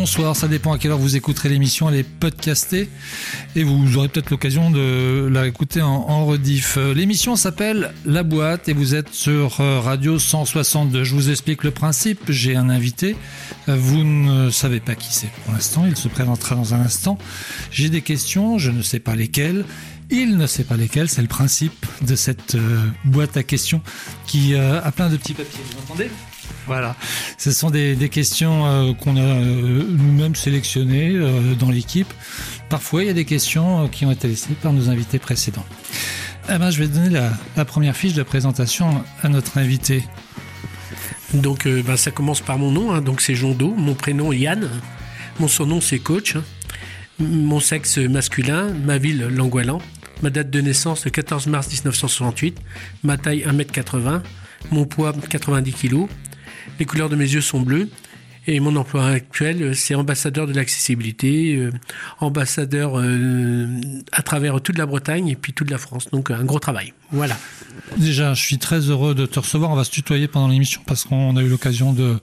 bonsoir, ça dépend à quelle heure vous écouterez l'émission, elle est podcastée et vous aurez peut-être l'occasion de la écouter en rediff. L'émission s'appelle La Boîte et vous êtes sur Radio 162. Je vous explique le principe, j'ai un invité, vous ne savez pas qui c'est pour l'instant, il se présentera dans un instant. J'ai des questions, je ne sais pas lesquelles. Il ne sait pas lesquelles, c'est le principe de cette boîte à questions qui a plein de petits papiers. Vous entendez ? Voilà, ce sont des questions qu'on a nous-mêmes sélectionnées dans l'équipe. Parfois, il y a des questions qui ont été laissées par nos invités précédents. Eh ben, je vais donner la première fiche de présentation à notre invité. Donc, ça commence par mon nom, donc c'est Jondo, mon prénom Yann, mon surnom c'est Coach. Mon sexe masculin, ma ville Langoilan, ma date de naissance le 14 mars 1968, ma taille 1m80, mon poids 90 kg, les couleurs de mes yeux sont bleues et mon emploi actuel c'est ambassadeur de l'accessibilité, ambassadeur à travers toute la Bretagne et puis toute la France, donc un gros travail, voilà. Déjà, je suis très heureux de te recevoir, on va se tutoyer pendant l'émission parce qu'on a eu l'occasion de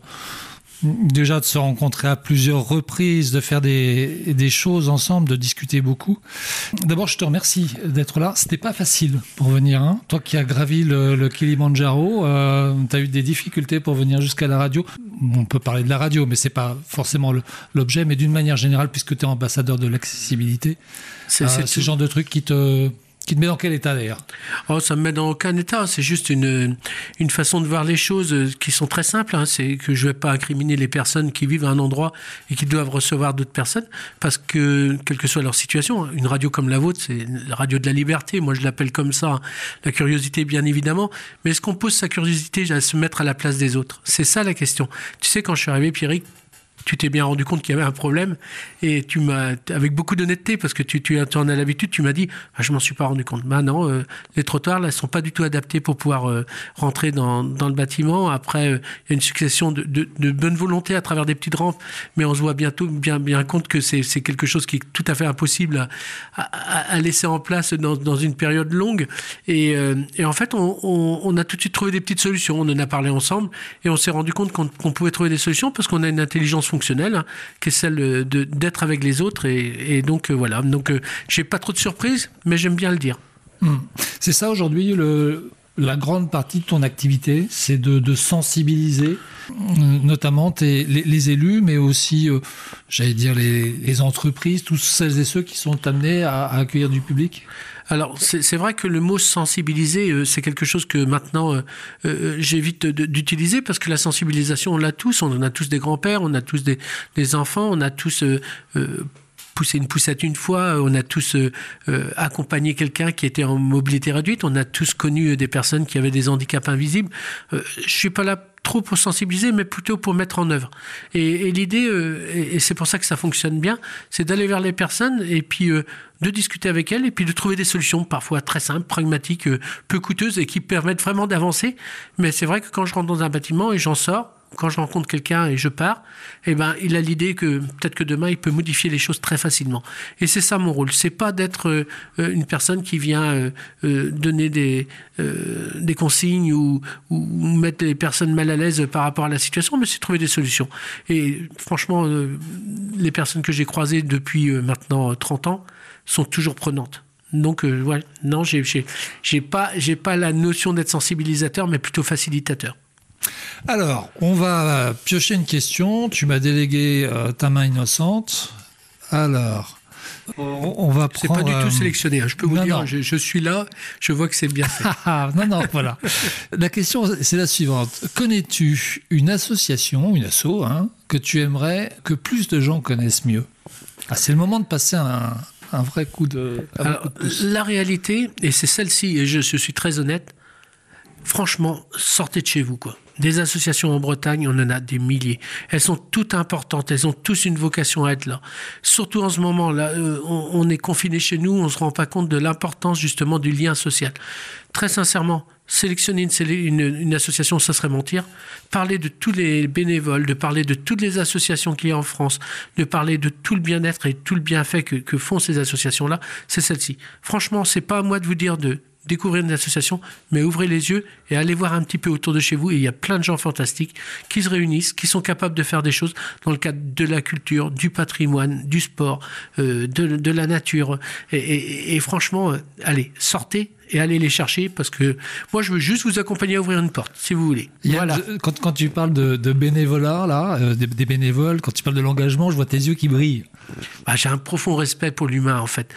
se rencontrer à plusieurs reprises, de faire des choses ensemble, de discuter beaucoup. D'abord, je te remercie d'être là. C'était pas facile pour venir, hein. Toi qui as gravi le Kilimandjaro, tu as eu des difficultés pour venir jusqu'à la radio. On peut parler de la radio, mais c'est pas forcément l'objet, mais d'une manière générale, puisque tu es ambassadeur de l'accessibilité, c'est ce genre de truc qui te met dans quel état d'ailleurs ? Oh, ça me met dans aucun état. C'est juste une façon de voir les choses qui sont très simples. C'est que je ne vais pas incriminer les personnes qui vivent à un endroit et qui doivent recevoir d'autres personnes parce que, quelle que soit leur situation, une radio comme la vôtre, c'est la radio de la liberté. Moi, je l'appelle comme ça. La curiosité, bien évidemment. Mais est-ce qu'on pose sa curiosité à se mettre à la place des autres ? C'est ça la question. Tu sais, quand je suis arrivé, Pierrick, tu t'es bien rendu compte qu'il y avait un problème et tu m'as, avec beaucoup d'honnêteté, parce que tu en as l'habitude, tu m'as dit je m'en suis pas rendu compte. Non, les trottoirs là sont pas du tout adaptés pour pouvoir rentrer dans le bâtiment. Après, il y a une succession de bonne volonté à travers des petites rampes, mais on se voit bientôt bien compte que c'est quelque chose qui est tout à fait impossible à laisser en place dans une période longue. Et en fait, on a tout de suite trouvé des petites solutions. On en a parlé ensemble et on s'est rendu compte qu'on pouvait trouver des solutions parce qu'on a une intelligence fonctionnelle, qui est celle d'être avec les autres et donc voilà. Donc j'ai pas trop de surprises, mais j'aime bien le dire. C'est ça aujourd'hui la grande partie de ton activité, c'est de sensibiliser notamment les élus, mais aussi j'allais dire les entreprises, tous celles et ceux qui sont amenés à accueillir du public. Alors, c'est vrai que le mot sensibiliser, c'est quelque chose que maintenant j'évite d'utiliser parce que la sensibilisation, on l'a tous. On en a tous des grands-pères, on a tous des enfants, on a tous poussé une poussette une fois, on a tous accompagné quelqu'un qui était en mobilité réduite, on a tous connu des personnes qui avaient des handicaps invisibles. Je suis pas là trop pour sensibiliser, mais plutôt pour mettre en œuvre. Et l'idée, et c'est pour ça que ça fonctionne bien, c'est d'aller vers les personnes et puis de discuter avec elles et puis de trouver des solutions parfois très simples, pragmatiques, peu coûteuses et qui permettent vraiment d'avancer. Mais c'est vrai que quand je rentre dans un bâtiment et j'en sors, quand je rencontre quelqu'un et je pars, il a l'idée que peut-être que demain, il peut modifier les choses très facilement. Et c'est ça mon rôle. C'est pas d'être une personne qui vient donner des consignes ou mettre les personnes mal à l'aise par rapport à la situation, mais c'est trouver des solutions. Et franchement, les personnes que j'ai croisées depuis maintenant 30 ans sont toujours prenantes. Donc, ouais, non, j'ai pas la notion d'être sensibilisateur, mais plutôt facilitateur. Alors, on va piocher une question. Tu m'as délégué ta main innocente. Alors, on va prendre... C'est pas du tout sélectionné. Je peux vous dire, je suis là, je vois que c'est bien fait. Non, voilà. La question, c'est la suivante. Connais-tu une association, une asso, que tu aimerais que plus de gens connaissent mieux ? C'est le moment de passer un vrai coup de... Alors, la réalité, et c'est celle-ci, et je suis très honnête, franchement, sortez de chez vous, quoi. Des associations en Bretagne, on en a des milliers. Elles sont toutes importantes, elles ont tous une vocation à être là. Surtout en ce moment-là, on est confinés chez nous, on ne se rend pas compte de l'importance justement du lien social. Très sincèrement, sélectionner une association, ça serait mentir. Parler de tous les bénévoles, de parler de toutes les associations qu'il y a en France, de parler de tout le bien-être et tout le bienfait que font ces associations-là, c'est celle-ci. Franchement, c'est pas à moi de vous dire de découvrir une association, mais ouvrez les yeux et allez voir un petit peu autour de chez vous. Et il y a plein de gens fantastiques qui se réunissent, qui sont capables de faire des choses dans le cadre de la culture, du patrimoine, du sport, de la nature. Et franchement, allez, sortez et allez les chercher, parce que moi, je veux juste vous accompagner à ouvrir une porte, si vous voulez. Voilà. Quand tu parles de bénévolat, là, des bénévoles, quand tu parles de l'engagement, je vois tes yeux qui brillent. J'ai un profond respect pour l'humain, en fait.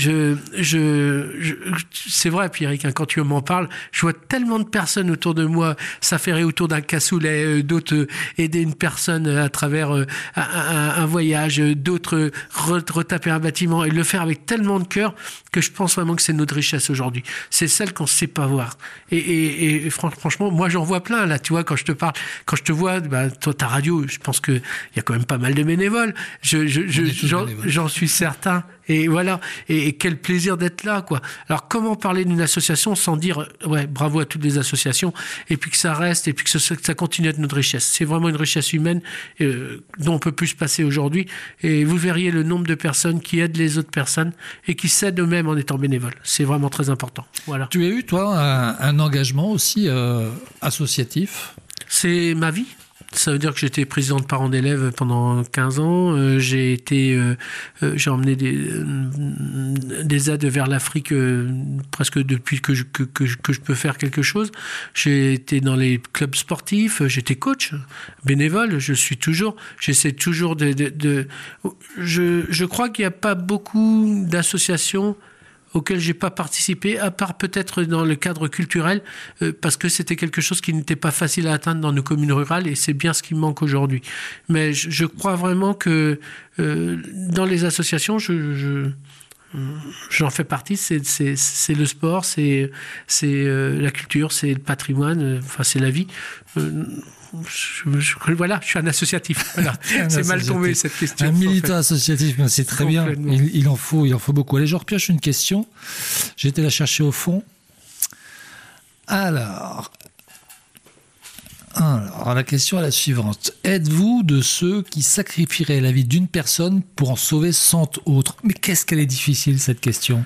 C'est vrai, Pierrick, quand tu m'en parles, je vois tellement de personnes autour de moi s'affairer autour d'un cassoulet, d'autres aider une personne à travers un voyage, d'autres retaper un bâtiment, et le faire avec tellement de cœur que je pense vraiment que c'est notre richesse aujourd'hui. C'est celle qu'on ne sait pas voir. Et franchement, moi, j'en vois plein, là, tu vois, quand je te parle, quand je te vois, toi, ta radio, je pense qu'il y a quand même pas mal de bénévoles. J'en suis certain. Et voilà. Et quel plaisir d'être là, quoi. Alors, comment parler d'une association sans dire, ouais, bravo à toutes les associations, et puis que ça reste, et puis que ça continue à être notre richesse. C'est vraiment une richesse humaine dont on peut plus se passer aujourd'hui. Et vous verriez le nombre de personnes qui aident les autres personnes et qui s'aident eux-mêmes en étant bénévoles. C'est vraiment très important. Voilà. Tu as eu, toi, un engagement aussi associatif? C'est ma vie. Ça veut dire que j'étais président de parents d'élèves pendant 15 ans. J'ai emmené des aides vers l'Afrique presque depuis que je peux faire quelque chose. J'ai été dans les clubs sportifs. J'étais coach, bénévole. J'essaie toujours je crois qu'il n'y a pas beaucoup d'associations auquel j'ai pas participé, à part peut-être dans le cadre culturel, parce que c'était quelque chose qui n'était pas facile à atteindre dans nos communes rurales, et c'est bien ce qui me manque aujourd'hui. Mais je crois vraiment que dans les associations, j'en fais partie. C'est le sport, c'est la culture, c'est le patrimoine, enfin c'est la vie. Voilà, je suis un associatif. Voilà. C'est mal tombé cette question. Un militant associatif, mais c'est très bien. Il en faut beaucoup. Allez, je repioche une question. J'ai été la chercher au fond. Alors, la question est la suivante. Êtes-vous de ceux qui sacrifieraient la vie d'une personne pour en sauver 100 autres? Mais qu'est-ce qu'elle est difficile, cette question?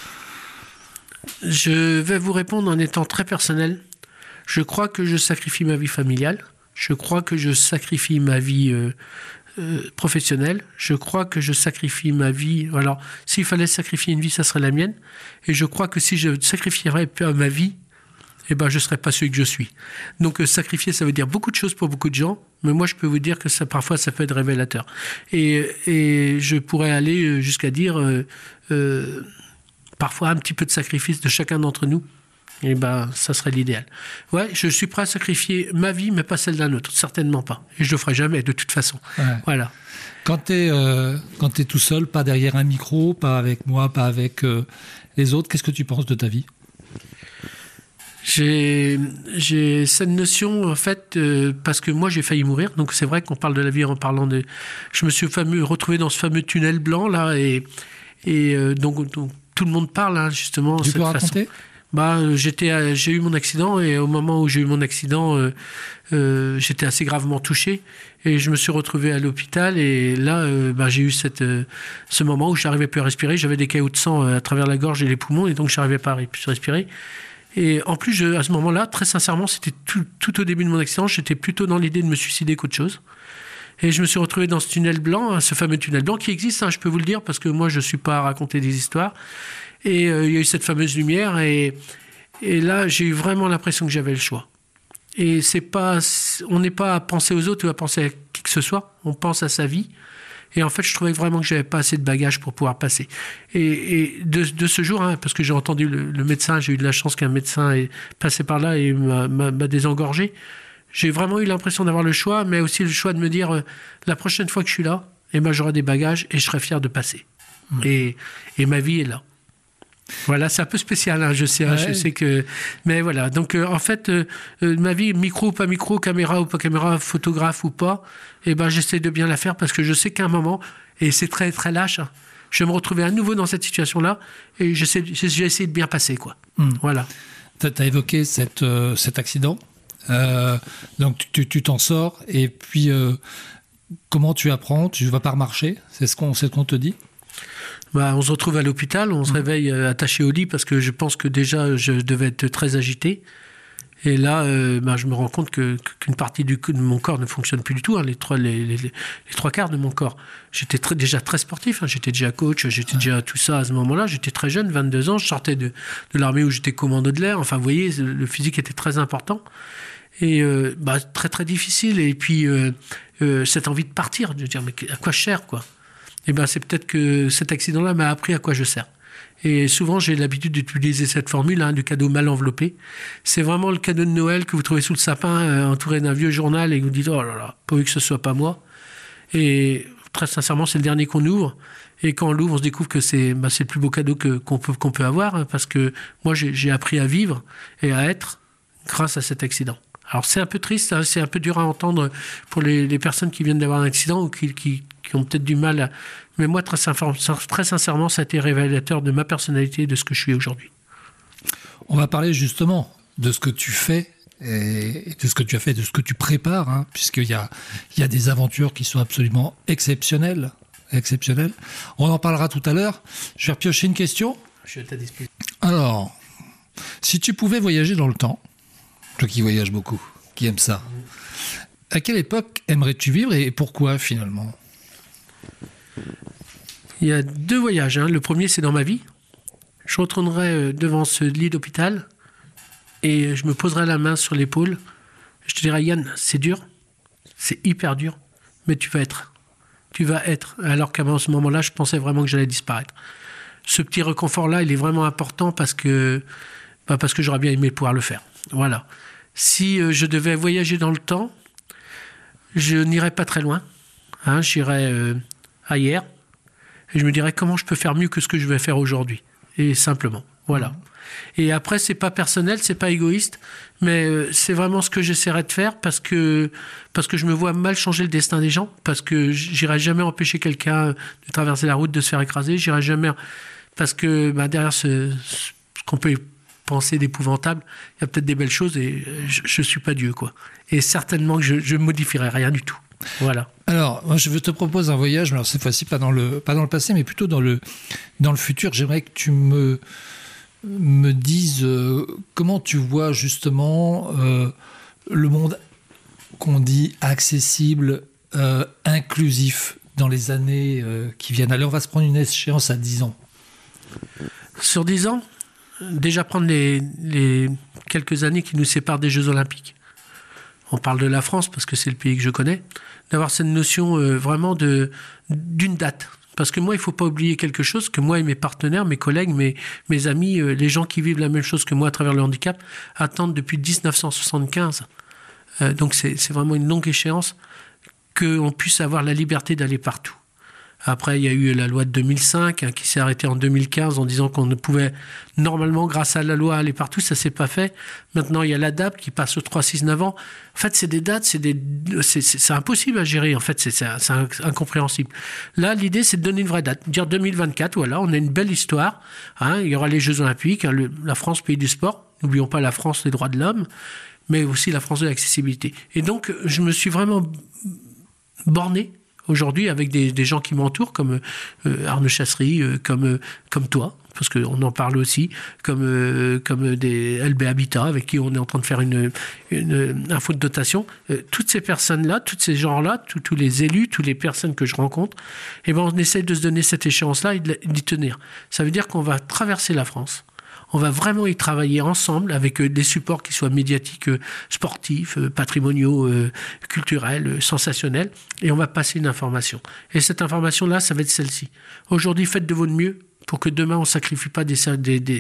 Je vais vous répondre en étant très personnel. Je crois que je sacrifie ma vie familiale. Je crois que je sacrifie ma vie professionnelle. Je crois que je sacrifie ma vie... Alors, s'il fallait sacrifier une vie, ça serait la mienne. Et je crois que si je sacrifierais ma vie, je ne serais pas celui que je suis. Donc, sacrifier, ça veut dire beaucoup de choses pour beaucoup de gens. Mais moi, je peux vous dire que parfois, ça peut être révélateur. Et je pourrais aller jusqu'à dire parfois un petit peu de sacrifice de chacun d'entre nous. Et ça serait l'idéal. Ouais, je suis prêt à sacrifier ma vie, mais pas celle d'un autre, certainement pas. Et je le ferai jamais, de toute façon. Ouais. Voilà. Quand t'es tout seul, pas derrière un micro, pas avec moi, pas avec les autres, qu'est-ce que tu penses de ta vie? J'ai cette notion, en fait, parce que moi, j'ai failli mourir. Donc, c'est vrai qu'on parle de la vie en parlant de... Je me suis retrouvé dans ce fameux tunnel blanc, là, et donc tout le monde parle, hein, justement. Tu peux raconter ? J'ai eu mon accident, et au moment où j'ai eu mon accident, j'étais assez gravement touché, et je me suis retrouvé à l'hôpital, et là, j'ai eu ce moment où je n'arrivais plus à respirer. J'avais des caillots de sang à travers la gorge et les poumons, et donc je n'arrivais pas à respirer. Et en plus, à ce moment-là, très sincèrement, c'était tout au début de mon accident, j'étais plutôt dans l'idée de me suicider qu'autre chose. Et je me suis retrouvé dans ce tunnel blanc, ce fameux tunnel blanc qui existe, hein, je peux vous le dire, parce que moi, je ne suis pas à raconter des histoires. Et il y a eu cette fameuse lumière, et là, j'ai eu vraiment l'impression que j'avais le choix. Et on n'est pas à penser aux autres ou à penser à qui que ce soit, on pense à sa vie. Et en fait, je trouvais vraiment que j'avais pas assez de bagages pour pouvoir passer. Et de ce jour, hein, parce que j'ai entendu le médecin, j'ai eu de la chance qu'un médecin est passé par là et m'a désengorgé. J'ai vraiment eu l'impression d'avoir le choix, mais aussi le choix de me dire, la prochaine fois que je suis là, j'aurai des bagages et je serai fier de passer. Et ma vie est là. Voilà, c'est un peu spécial, hein, je sais, ouais. Je sais que... Mais voilà, donc en fait, ma vie, micro ou pas micro, caméra ou pas caméra, photographe ou pas, j'essaie de bien la faire parce que je sais qu'à un moment, et c'est très très lâche, hein, je vais me retrouver à nouveau dans cette situation-là et j'ai essayé de bien passer, quoi. Voilà. Tu as évoqué cet accident, donc tu t'en sors, et puis comment tu apprends? Tu vas pas remarcher? C'est ce qu'on te dit? On se retrouve à l'hôpital, on se réveille attaché au lit parce que je pense que déjà je devais être très agité. Et là, je me rends compte qu'une partie de mon corps ne fonctionne plus du tout, les trois quarts de mon corps. J'étais déjà très sportif, j'étais déjà coach, j'étais déjà tout ça à ce moment-là. J'étais très jeune, 22 ans, je sortais de l'armée où j'étais commando de l'air. Vous voyez, le physique était très important. Et très très difficile. Et puis, cette envie de partir, de dire, mais à quoi je sers, quoi. Et c'est peut-être que cet accident-là m'a appris à quoi je sers. Et souvent, j'ai l'habitude d'utiliser cette formule du cadeau mal enveloppé. C'est vraiment le cadeau de Noël que vous trouvez sous le sapin, entouré d'un vieux journal, et vous dites « Oh là là, pourvu que ce soit pas moi ». Et très sincèrement, c'est le dernier qu'on ouvre. Et quand on l'ouvre, on se découvre que c'est le plus beau cadeau qu'on peut avoir, parce que moi, j'ai appris à vivre et à être grâce à cet accident. Alors, c'est un peu triste, c'est un peu dur à entendre pour les personnes qui viennent d'avoir un accident ou qui ont peut-être du mal à... Mais moi, très sincèrement, ça a été révélateur de ma personnalité et de ce que je suis aujourd'hui. On va parler justement de ce que tu fais et de ce que tu as fait, de ce que tu prépares, puisqu'il y a des aventures qui sont absolument exceptionnelles. On en parlera tout à l'heure. Je vais repiocher une question. Je suis à ta disposition. Alors, si tu pouvais voyager dans le temps, toi qui voyages beaucoup, qui aimes ça, à quelle époque aimerais-tu vivre et pourquoi finalement ? Il y a 2 voyages. Le premier, c'est dans ma vie. Je retournerai devant ce lit d'hôpital et je me poserai la main sur l'épaule. Je te dirai, Yann, c'est dur, c'est hyper dur, mais tu vas être. Alors qu'à ce moment-là, je pensais vraiment que j'allais disparaître. Ce petit réconfort-là, il est vraiment important parce que j'aurais bien aimé pouvoir le faire. Voilà. Si je devais voyager dans le temps, je n'irais pas très loin. J'irais à hier. Et je me dirais comment je peux faire mieux que ce que je vais faire aujourd'hui. Et simplement, voilà. Et après, c'est pas personnel, c'est pas égoïste, mais c'est vraiment ce que j'essaierai de faire parce que je me vois mal changer le destin des gens, parce que j'irai jamais empêcher quelqu'un de traverser la route, de se faire écraser, j'irai jamais... Parce que derrière ce qu'on peut penser d'épouvantable, il y a peut-être des belles choses et je suis pas Dieu, quoi. Et certainement que je modifierai rien du tout. Voilà. Alors, moi, je te propose un voyage, mais alors cette fois-ci pas dans le passé, mais plutôt dans le futur. J'aimerais que tu me dises comment tu vois justement le monde qu'on dit accessible, inclusif dans les années qui viennent. Alors, on va se prendre une échéance à 10 ans. Sur 10 ans, déjà prendre les quelques années qui nous séparent des Jeux Olympiques. On parle de la France parce que c'est le pays que je connais, d'avoir cette notion vraiment d'une date. Parce que moi, il ne faut pas oublier quelque chose, que moi et mes partenaires, mes collègues, mes amis, les gens qui vivent la même chose que moi à travers le handicap, attendent depuis 1975. Donc c'est vraiment une longue échéance qu'on puisse avoir la liberté d'aller partout. Après, il y a eu la loi de 2005 qui s'est arrêtée en 2015 en disant qu'on ne pouvait normalement, grâce à la loi, aller partout. Ça ne s'est pas fait. Maintenant, il y a l'ADAPT qui passe au 3-6-9 ans. En fait, c'est des dates, c'est impossible à gérer. En fait, c'est incompréhensible. Là, l'idée, c'est de donner une vraie date. Dire 2024, voilà, on a une belle histoire. Il y aura les Jeux Olympiques, la France, pays du sport. N'oublions pas la France des droits de l'homme, mais aussi la France de l'accessibilité. Et donc, je me suis vraiment borné aujourd'hui avec des gens qui m'entourent, comme Arnaud Chasserie, comme toi, parce qu'on en parle aussi, comme des LB Habitat, avec qui on est en train de faire une info de dotation. Toutes ces personnes-là, tous ces gens-là, tous les élus, toutes les personnes que je rencontre, on essaie de se donner cette échéance-là et d'y tenir. Ça veut dire qu'on va traverser la France. On va vraiment y travailler ensemble avec des supports qui soient médiatiques, sportifs, patrimoniaux, culturels, sensationnels, et on va passer une information. Et cette information-là, ça va être celle-ci. Aujourd'hui, faites de votre mieux pour que demain, on ne sacrifie pas des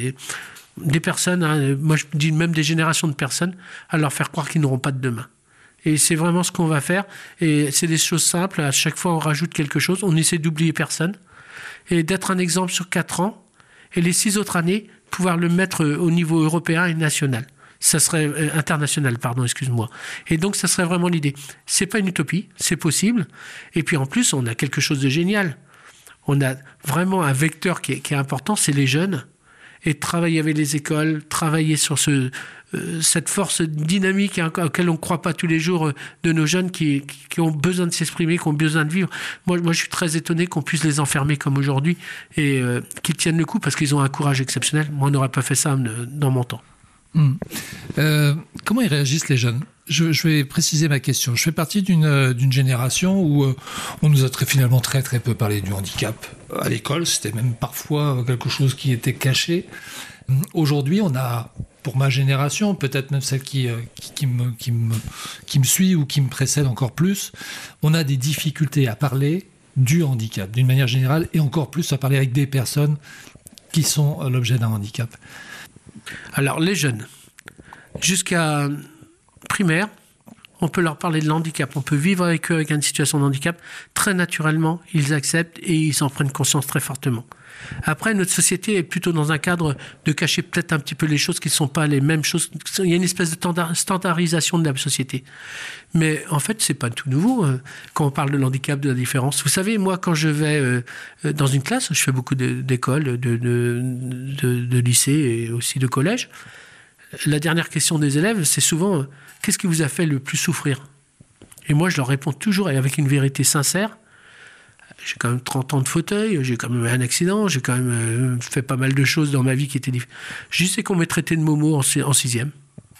personnes, moi je dis même des générations de personnes, à leur faire croire qu'ils n'auront pas de demain. Et c'est vraiment ce qu'on va faire. Et c'est des choses simples. À chaque fois, on rajoute quelque chose. On essaie d'oublier personne. Et d'être un exemple sur 4 ans. Et les 6 autres années, pouvoir le mettre au niveau européen et national. Ça serait international, pardon, excuse-moi. Et donc, ça serait vraiment l'idée. C'est pas une utopie, c'est possible. Et puis, en plus, on a quelque chose de génial. On a vraiment un vecteur qui est important, c'est les jeunes. et travailler avec les écoles, travailler sur cette force dynamique à laquelle on ne croit pas tous les jours de nos jeunes qui ont besoin de s'exprimer, qui ont besoin de vivre. Moi, je suis très étonné qu'on puisse les enfermer comme aujourd'hui et qu'ils tiennent le coup parce qu'ils ont un courage exceptionnel. Moi, on n'aurait pas fait ça dans mon temps. Comment ils réagissent les jeunes ? Je vais préciser ma question. Je fais partie d'une génération où on nous a finalement très très peu parlé du handicap à l'école. C'était même parfois quelque chose qui était caché. Aujourd'hui, on a, pour ma génération, peut-être même celle qui me suit ou qui me précède encore plus, on a des difficultés à parler du handicap d'une manière générale et encore plus à parler avec des personnes qui sont l'objet d'un handicap. Alors, les jeunes, jusqu'à primaire, on peut leur parler de l'handicap, on peut vivre avec eux avec une situation de handicap. Très naturellement, ils acceptent et ils en prennent conscience très fortement. Après, notre société est plutôt dans un cadre de cacher peut-être un petit peu les choses qui ne sont pas les mêmes choses. Il y a une espèce de standardisation de la société. Mais en fait, ce n'est pas tout nouveau quand on parle de l'handicap, de la différence. Vous savez, moi, quand je vais dans une classe, je fais beaucoup d'écoles, de lycées et aussi de collèges, la dernière question des élèves, c'est souvent « Qu'est-ce qui vous a fait le plus souffrir ?» Et moi, je leur réponds toujours, et avec une vérité sincère, j'ai quand même 30 ans de fauteuil, j'ai quand même eu un accident, j'ai quand même fait pas mal de choses dans ma vie qui étaient difficiles. Je sais qu'on m'ait traité de momo en 6e.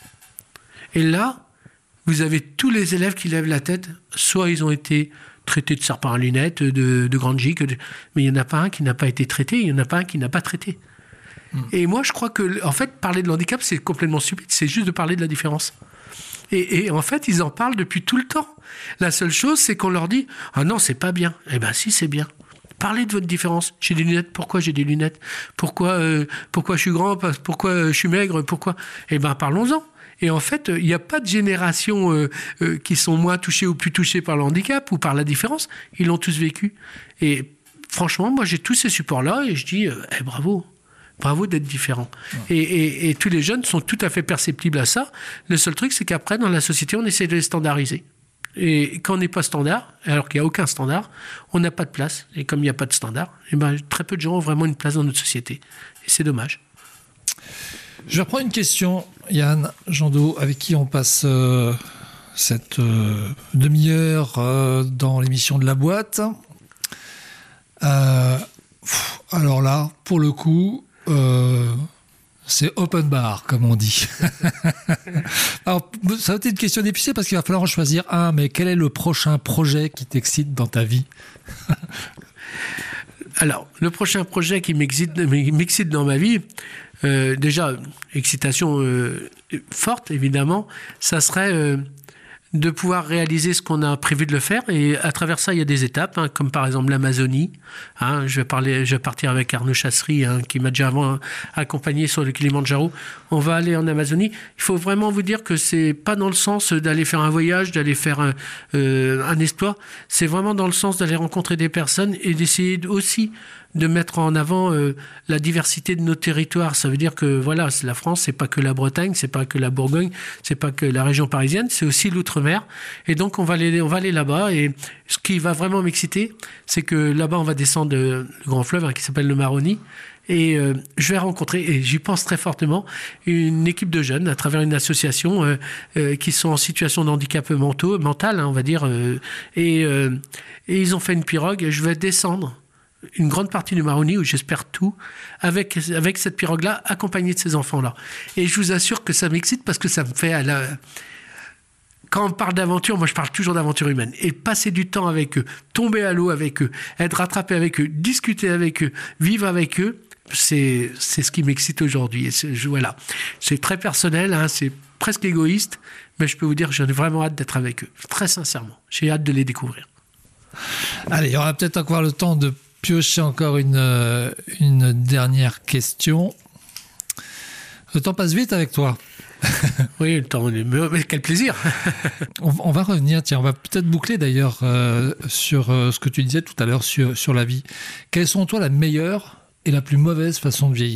Et là, vous avez tous les élèves qui lèvent la tête, soit ils ont été traités de serpent à lunettes, de grande gigue, mais il n'y en a pas un qui n'a pas été traité, il n'y en a pas un qui n'a pas traité. Et moi, je crois que, en fait, parler de l'handicap, c'est complètement stupide. C'est juste de parler de la différence. Et en fait, ils en parlent depuis tout le temps. La seule chose, c'est qu'on leur dit « Ah non, c'est pas bien. » Eh bien, si, c'est bien. Parlez de votre différence. J'ai des lunettes. Pourquoi j'ai des lunettes ? Pourquoi je suis grand ? Pourquoi je suis maigre ? Pourquoi ? Eh bien, parlons-en. Et en fait, il n'y a pas de génération qui sont moins touchées ou plus touchées par le handicap ou par la différence. Ils l'ont tous vécu. Et franchement, moi, j'ai tous ces supports-là et je dis bravo. Bravo d'être différent. Et tous les jeunes sont tout à fait perceptibles à ça. Le seul truc, c'est qu'après, dans la société, on essaie de les standardiser. Et quand on n'est pas standard, alors qu'il n'y a aucun standard, on n'a pas de place. Et comme il n'y a pas de standard, très peu de gens ont vraiment une place dans notre société. Et c'est dommage. Je vais reprendre une question, Yann Jandot, avec qui on passe cette demi-heure dans l'émission de La Boîte. Alors là, pour le coup, c'est open bar, comme on dit. Alors, ça va être une question difficile parce qu'il va falloir en choisir un, mais quel est le prochain projet qui t'excite dans ta vie ? Alors, le prochain projet qui m'excite dans ma vie, déjà, excitation forte, évidemment, ça serait de pouvoir réaliser ce qu'on a prévu de le faire. Et à travers ça, il y a des étapes, comme par exemple l'Amazonie. Je vais partir avec Arnaud Chasserie, qui m'a déjà avant accompagné sur le Kilimandjaro. On va aller en Amazonie. Il faut vraiment vous dire que c'est pas dans le sens d'aller faire un voyage, d'aller faire un exploit. C'est vraiment dans le sens d'aller rencontrer des personnes et d'essayer aussi de mettre en avant la diversité de nos territoires. Ça veut dire que voilà, la France, c'est pas que la Bretagne, c'est pas que la Bourgogne, c'est pas que la région parisienne, c'est aussi l'outre-mer. Et donc on va aller là-bas. Et ce qui va vraiment m'exciter, c'est que là-bas on va descendre le grand fleuve qui s'appelle le Maroni. Et je vais rencontrer, et j'y pense très fortement, une équipe de jeunes à travers une association qui sont en situation de handicap mental, on va dire. Et ils ont fait une pirogue et je vais descendre une grande partie du Maroni, où j'espère tout, avec cette pirogue-là, accompagnée de ces enfants-là. Et je vous assure que ça m'excite parce que ça me fait... Quand on parle d'aventure, moi je parle toujours d'aventure humaine. Et passer du temps avec eux, tomber à l'eau avec eux, être rattrapé avec eux, discuter avec eux, vivre avec eux, c'est ce qui m'excite aujourd'hui. Et voilà. C'est très personnel, c'est presque égoïste, mais je peux vous dire que j'ai vraiment hâte d'être avec eux. Très sincèrement. J'ai hâte de les découvrir. Allez, on va peut-être encore le temps de piocher encore une dernière question. Le temps passe vite avec toi. Oui, le temps, mais quel plaisir. On va revenir, on va peut-être boucler d'ailleurs sur ce que tu disais tout à l'heure sur la vie. Quelles sont, toi, la meilleure et la plus mauvaise façon de vieillir ?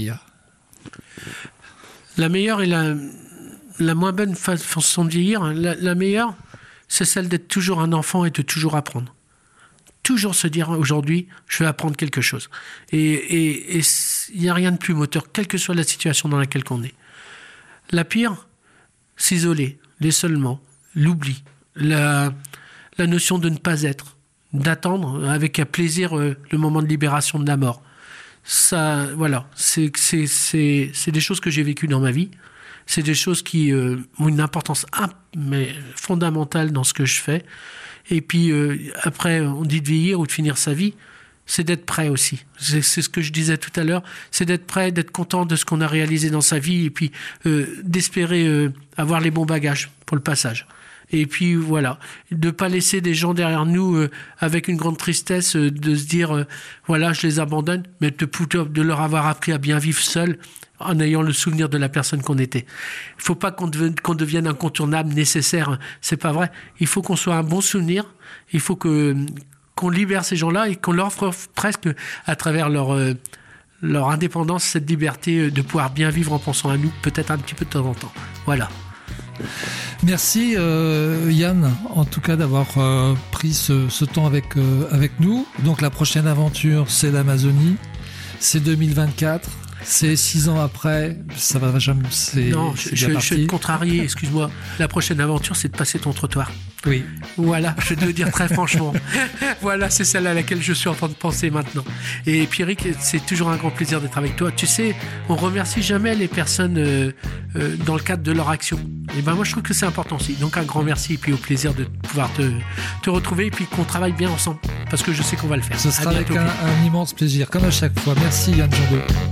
La meilleure et la moins bonne façon de vieillir, la meilleure, c'est celle d'être toujours un enfant et de toujours apprendre. toujours se dire aujourd'hui, je vais apprendre quelque chose. Et il n'y a rien de plus moteur, quelle que soit la situation dans laquelle on est. La pire, s'isoler, l'isolement, l'oubli, la notion de ne pas être, d'attendre avec un plaisir le moment de libération de la mort. Ça, voilà, c'est des choses que j'ai vécues dans ma vie. C'est des choses qui ont une importance fondamentale dans ce que je fais. Et puis, après, on dit de vieillir ou de finir sa vie, c'est d'être prêt aussi. C'est ce que je disais tout à l'heure, c'est d'être prêt, d'être content de ce qu'on a réalisé dans sa vie et puis d'espérer avoir les bons bagages pour le passage. Et puis voilà, de ne pas laisser des gens derrière nous avec une grande tristesse, de se dire, voilà, je les abandonne, mais de leur avoir appris à bien vivre seul, en ayant le souvenir de la personne qu'on était. Il ne faut pas qu'on devienne incontournable, nécessaire, c'est pas vrai. Il faut qu'on soit un bon souvenir, il faut qu'on libère ces gens-là et qu'on leur offre presque, à travers leur indépendance, cette liberté de pouvoir bien vivre en pensant à nous, peut-être un petit peu de temps en temps. Voilà. Merci Yann, en tout cas d'avoir pris ce temps avec nous. Donc la prochaine aventure, c'est l'Amazonie, c'est 2024. C'est 6 ans après, ça va jamais. Non, je vais te contrarier, excuse-moi. La prochaine aventure, c'est de passer ton trottoir. Oui. Voilà, je vais te dire très franchement. Voilà, c'est celle à laquelle je suis en train de penser maintenant. Et Pierrick, c'est toujours un grand plaisir d'être avec toi. Tu sais, on remercie jamais les personnes dans le cadre de leur action. Et ben moi, je trouve que c'est important aussi. Donc un grand merci et puis au plaisir de pouvoir te retrouver et puis qu'on travaille bien ensemble. Parce que je sais qu'on va le faire. Ce sera avec un immense plaisir, comme à chaque fois. Merci Yann Jandot.